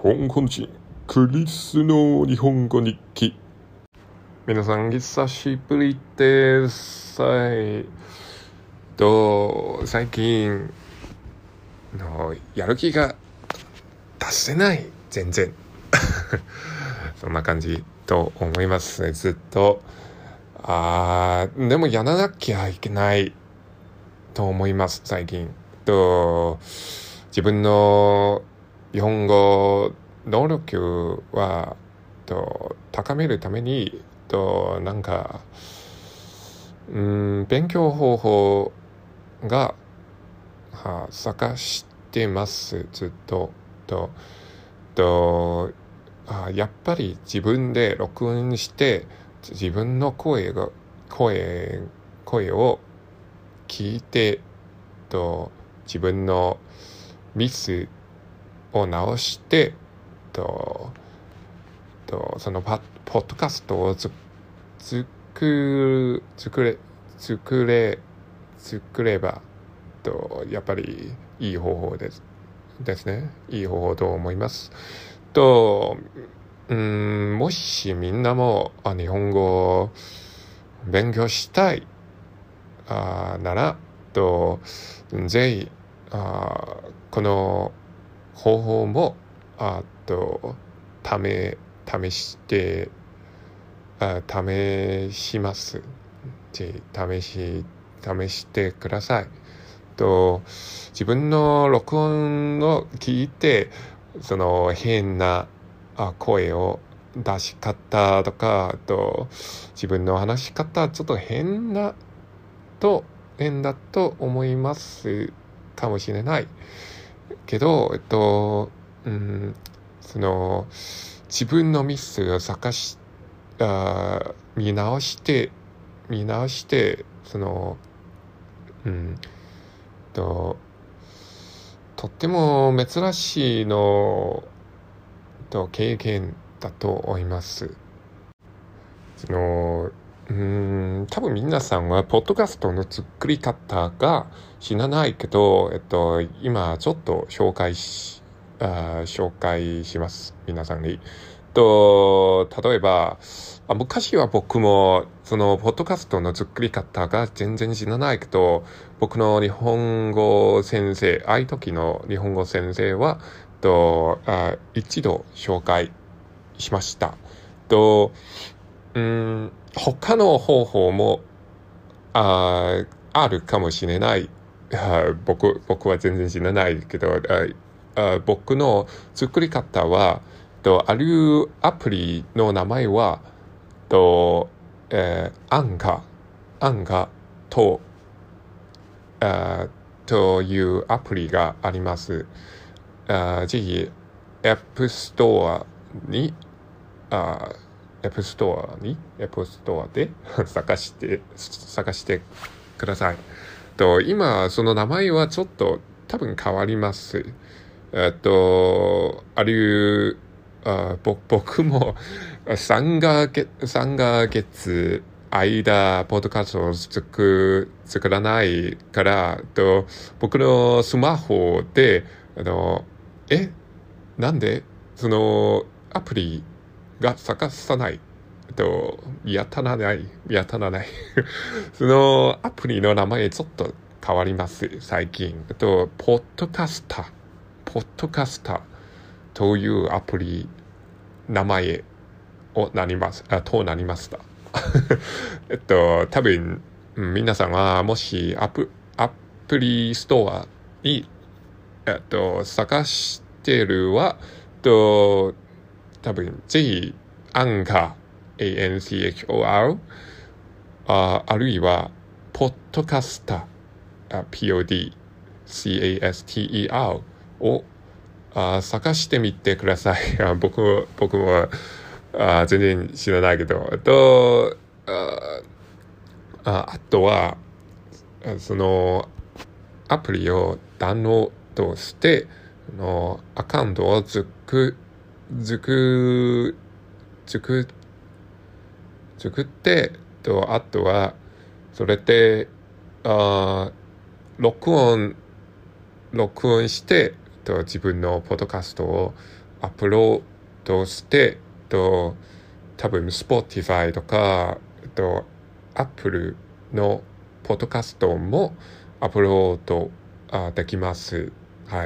香港人クリスの日本語日記。皆さん久しぶりです。最近のやる気が出せない、全然そんな感じと思いますね。ずっとでもやらなきゃいけないと思います。最近自分の日本語能力は高めるために勉強方法が探してます。ずっとやっぱり自分で録音して自分の声を聞いて自分のミスを直してそのポッドキャストを作ればやっぱりいい方法ですね。いい方法と思います。もしみんなも日本語を勉強したいならぜひこの方法も試します。試してください。自分の録音を聞いてその変な声を出し方とか自分の話し方ちょっと変だと思いますかもしれないけどその自分のミスを見直してとっても珍しい経験だと思います。多分皆さんはポッドキャストの作り方が知らないけど、今ちょっと紹介します。皆さんに。例えば昔は僕もそのポッドキャストの作り方が全然知らないけど、僕の日本語先生、ああいう時の日本語先生は一度紹介しました。他の方法もあるかもしれない。僕は全然知らないけど、僕の作り方はあるアプリの名前はアンカーというアプリがあります。ぜひApp Store で探してください。今その名前はちょっと多分変わります。僕も3ヶ月間ポッドキャストを作らないから僕のスマホでなんでそのアプリが探さない見当たらないそのアプリの名前ちょっと変わります最近ポッドキャスターというアプリ名前となりました多分皆さんはもしアプリストアに探してるは多分ぜひアンカー ANCHOR あるいはポッドキャスター PODCASTER を探してみてください。僕も全然知らないけどあとはそのアプリをダウンロードしてアカウントを作ってあとはそれで録音して自分のポッドキャストをアップロードして、多分 Spotify とか、Apple のポッドキャストもアップロードできます。はい。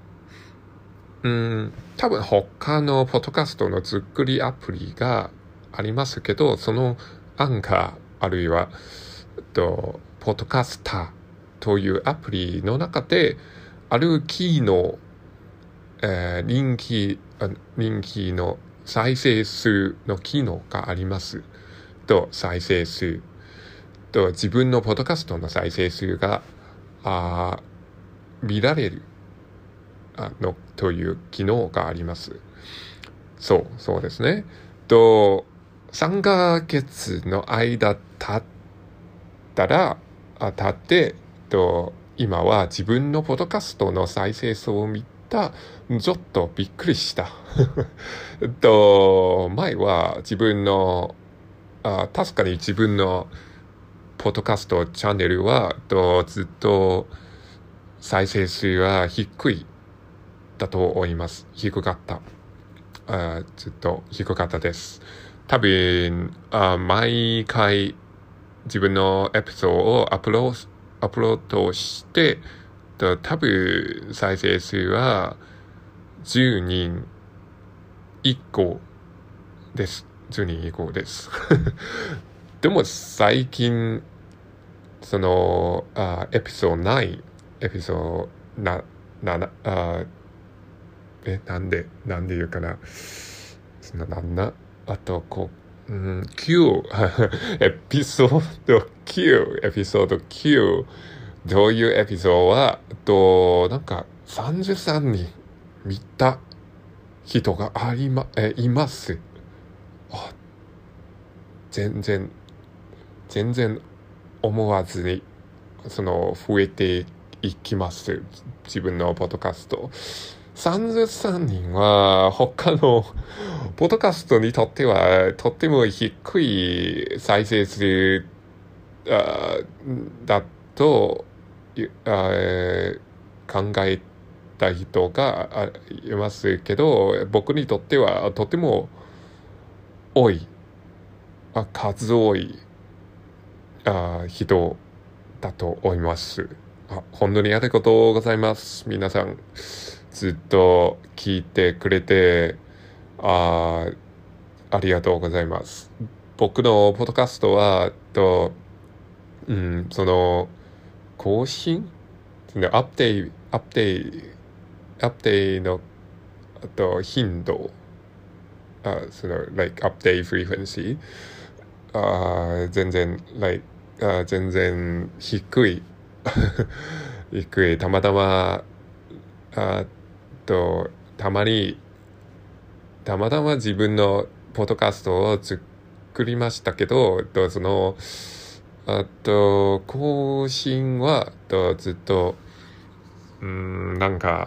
多分他のポッドキャストの作りアプリがありますけど、そのアンカーあるいは、ポッドキャスターというアプリの中で、ある機能、人気の再生数の機能があります。再生数。自分のポッドキャストの再生数が、見られる。という機能があります。そうですね。3ヶ月の間経って、今は自分のポッドキャストの再生数を見た、ちょっとびっくりした。前は自分の、確かに自分のポッドキャストチャンネルは、ずっと再生数は低いだと思います。低かった。ずっと低かったです。多分、毎回自分のエピソードをアップロードして、多分再生数は10人以降です。10人以降です。でも最近、その、エピソード9、エピソード7、なんで言うかな。あと、9、エピソード9、どういうエピソードは、なんか33人見た人がいます。全然思わずに、増えていきます。自分のポッドキャスト。33人は他のポッドキャストにとってはとっても低い再生数だと考えた人がいますけど、僕にとってはとても多い、数多い人だと思います。本当にありがとうございます。皆さんずっと聞いてくれてありがとうございます。僕のポッドキャストはその更新アップデートの頻度like update frequency 全然低いたまたまたまたま自分のポッドキャストを作りましたけど、更新はずっとなんか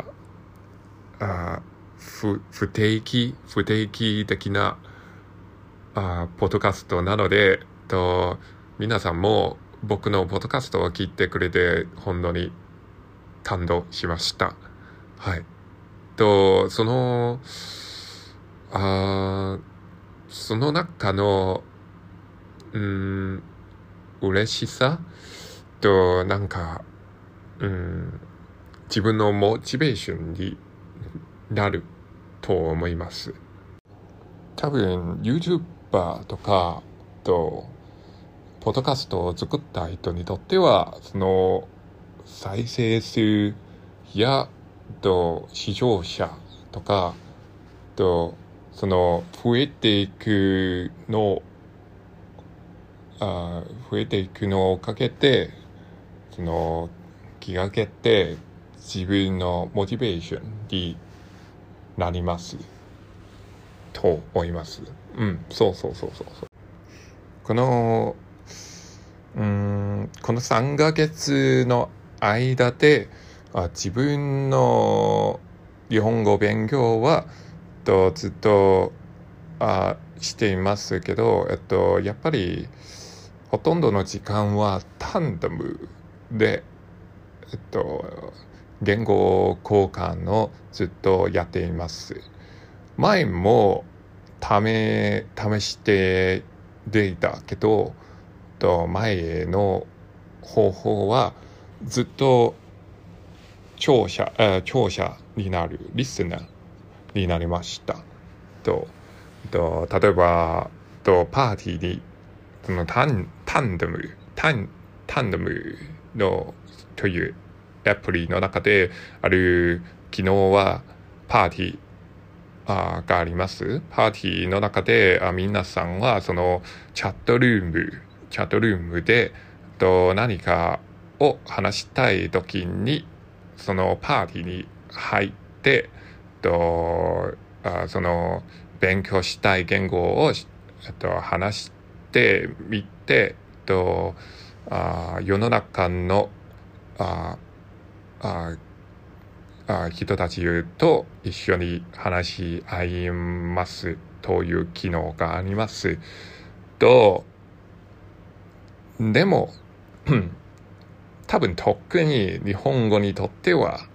不定期的なポッドキャストなので、皆さんも僕のポッドキャストを聞いてくれて本当に感動しました。はい。その中の嬉しさなんか自分のモチベーションになると思います。多分 YouTuber とかポッドキャストを作った人にとってはその再生数や視聴者とかその増えていくのをかけて気がけて自分のモチベーションになりますと思います。そう。この3ヶ月の間で自分の日本語勉強はずっとしていますけど、やっぱりほとんどの時間はタンダムで言語交換をずっとやっています。 前も試してでいたけど、前の方法はずっと聴者になるリスナーになりました。例えばパーティーにそのタンデムのというアプリの中である機能はパーティーがあります。パーティーの中で皆さんはそのチャットルームで何かを話したい時にそのパーティーに入ってその勉強したい言語を話してみて世の中の人たちと一緒に話し合いますという機能がありますでも多分特に日本語にとって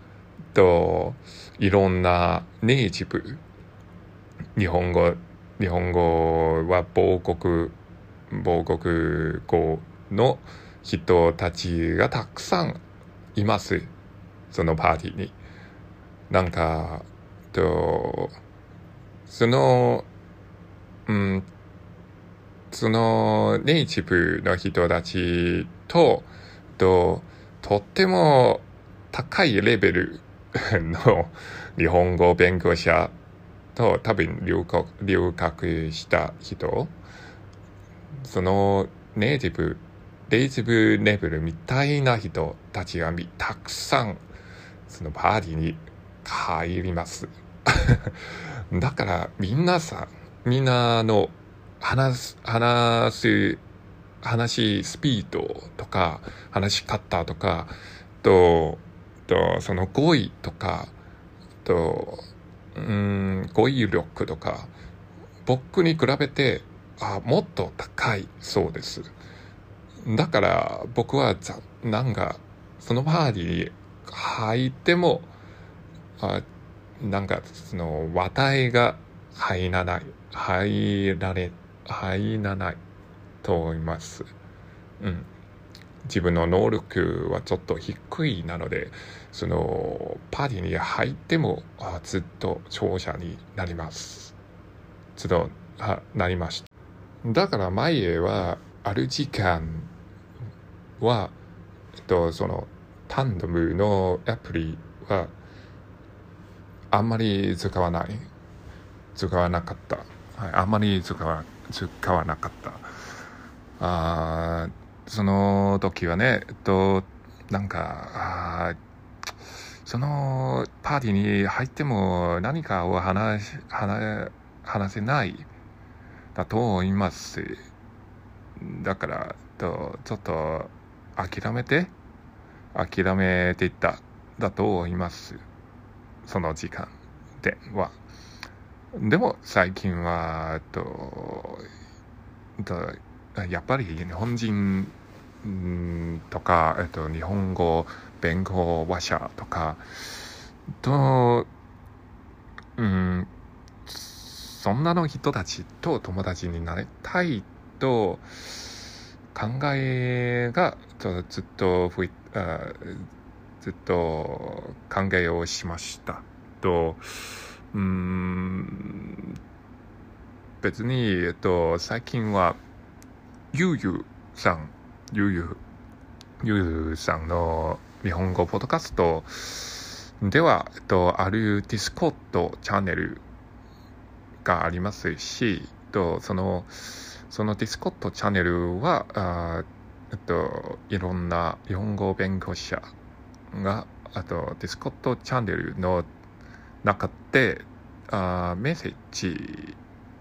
はいろんなネイティブ日本語は母国語の人たちがたくさんいます。そのパーティーになんかそのネイティブの人たちとっても高いレベルの日本語勉強者と多分留学した人そのネイティブレベルみたいな人たちがたくさんそのパーティーに入りますだからみんなの話すスピードとか話し方とかその語彙とか語彙力とか僕に比べてもっと高いそうです。だから僕はなんかそのパーティーに入ってもなんかその話題が入らないと思います。自分の能力はちょっと低いなのでそのパーティーに入ってもずっと聴者になります。なりました。だから前はある時間はそのタンデムのアプリはあんまり使わなかった、あんまり使わなかった。その時はねなんかそのパーティーに入っても何かを話せないだと思います。だからちょっと諦めていっただと思います。その時間では。でも最近はやっぱり日本人とか日本語勉強話者とかそんなの人たちと友達になりたいと考えがずっと考えをしました別に最近はゆうさんの日本語ポッドキャストではあるディスコードチャンネルがありますしそのディスコードチャンネルはいろんな日本語勉強者がディスコードチャンネルの中でメッセージ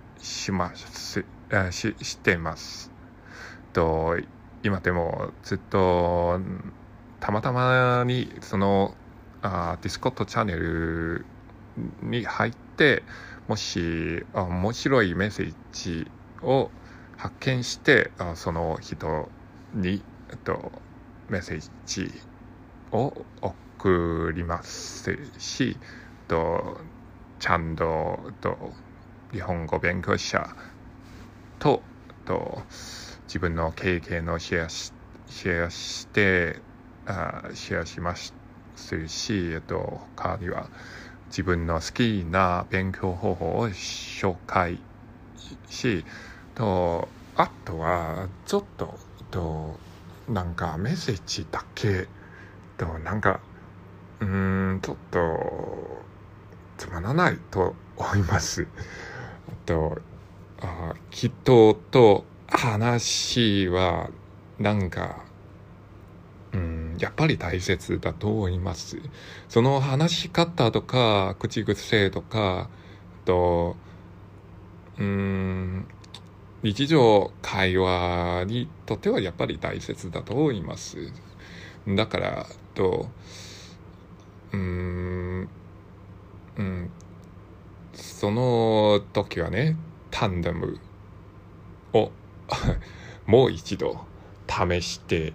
してます今でもずっとたまたまにそのディスコードチャンネルに入ってもし面白いメッセージを発見してその人にメッセージを送りますしちゃんと日本語勉強者と自分の経験をシェアしますし、他には自分の好きな勉強方法を紹介し、あとはちょっとなんかメッセージだけなんかちょっとつまらないと思います。人と話はなんかやっぱり大切だと思います。その話し方とか口癖とか日常会話にとってはやっぱり大切だと思います。だからその時はね、タンダムをもう一度試して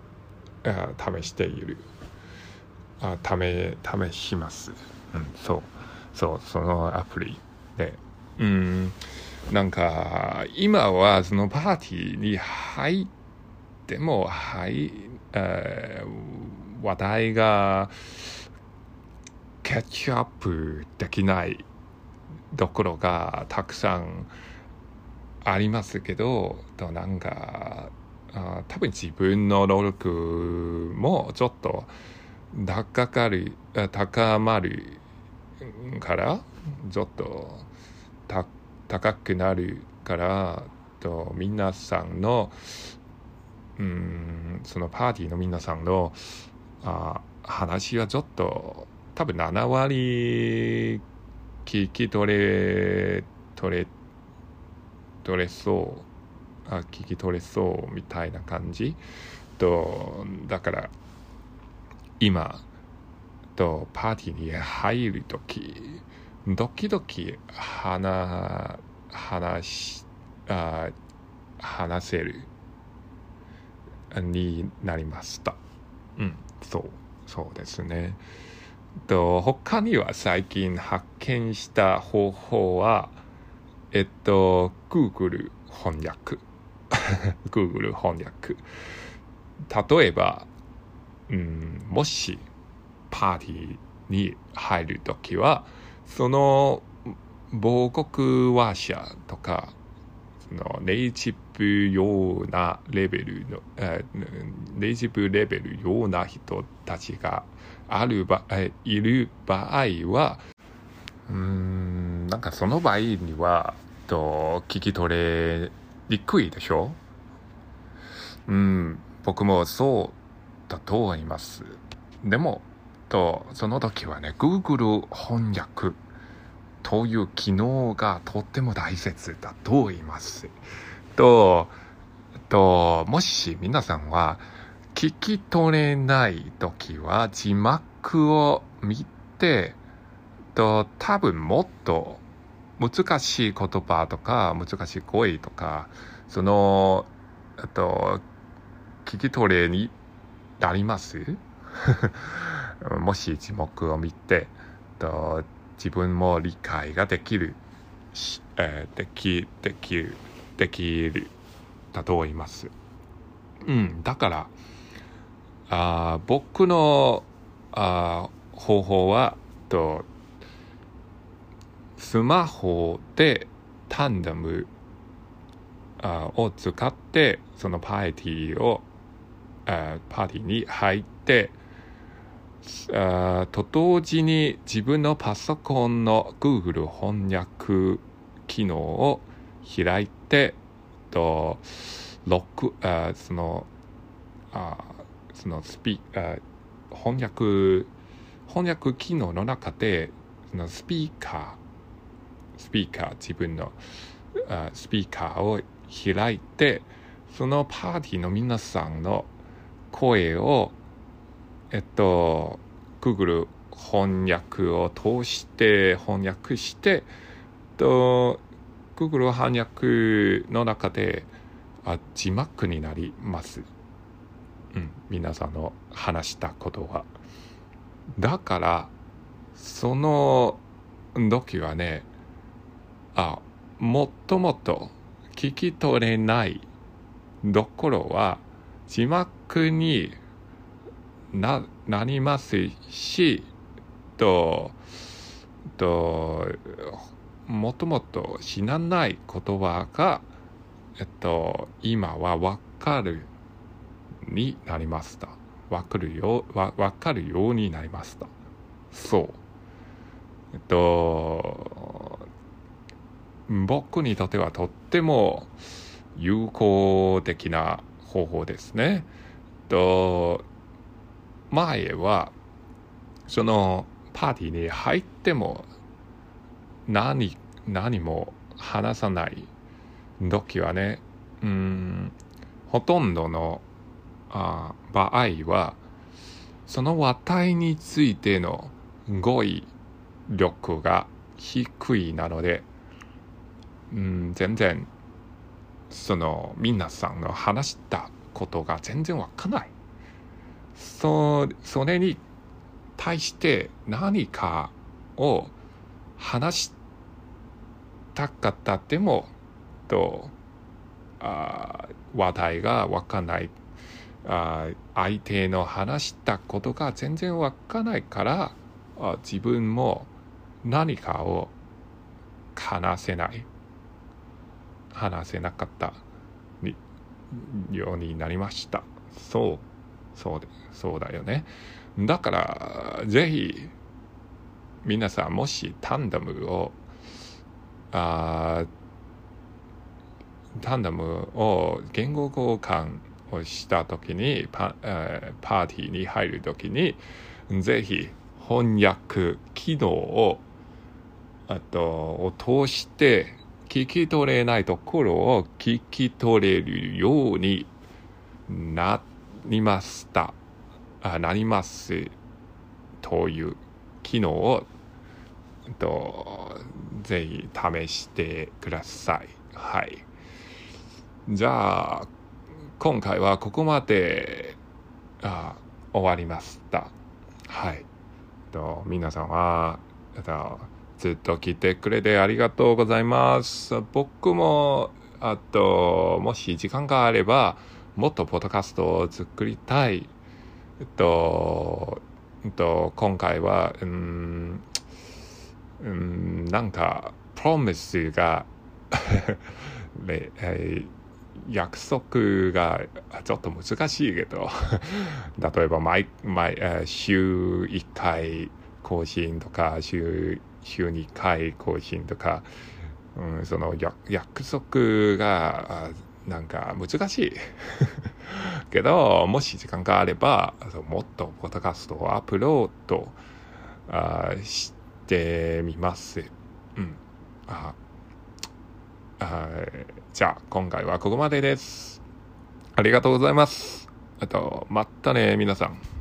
いる。試します。そのアプリで。なんか今はそのパーティーに入っても話題がキャッチアップできないところがたくさんありますけど、なんか多分自分の能力もちょっと高まるからちょっと高くなるから皆さんのそのパーティーの皆さんの話はちょっと多分7割聞き取れそうみたいな感じだから今パーティーに入るときドキドキ話せるになりました。そうですね。他には最近発見した方法はGoogle 翻訳Google 翻訳。例えばもしパーティーに入るときはその母国話者とかそのネイティブレベルような人たちがいる場合はなんかその場合には聞き取れにくいでしょ。僕もそうだと思います。でもその時はね Google 翻訳という機能がとっても大切だと言います。もし皆さんは聞き取れない時は字幕を見て多分もっと難しい言葉とか難しい声とかその聞き取れになりますもし字幕を見て自分も理解ができるだと思います。だから僕の方法はスマホでタンダムを使ってそのパーティーに入って同時に自分のパソコンの Google 翻訳機能を開いてその翻訳機能の中でそのスピーカー自分のスピーカーを開いてそのパーティーの皆さんの声をGoogle 翻訳を通して翻訳してGoogle 翻訳の中で字幕になります。皆さんの話したことはだからその時はね、もっともっと聞き取れないところは字幕になりますし、もっともっと知らない言葉が、今はわかるになりました。わかるようになりました。そう。僕にとってはとっても有効的な方法ですね。前はそのパーティーに入っても何も話さない時はね、ほとんどの場合はその話題についての語彙力が低いなので、全然その皆さんの話したことが全然わかんない。それに対して何かを話したかったでも話題がわかんない、相手の話したことが全然わかんないから、自分も何かを話せなかったようになりました。そうだよね。だからぜひ皆さん、もしタンダムを言語交換をしたときにパーティーに入るときに、ぜひ翻訳機能を通して聞き取れないところを聞き取れるようになりますという機能をぜひ試してください。はい。じゃあ今回はここまで終わりました。はい。皆さんはずっと聞いてくれてありがとうございます。僕ももし時間があればもっとポッドキャストを作りたい。今回はなんかプロミスが約束がちょっと難しいけど例えば週1回更新とか週2回更新とか、その約束がなんか難しいけど、もし時間があればもっとポッドキャストをアップロードしてみます。じゃあ今回はここまでです。ありがとうございます。またね皆さん。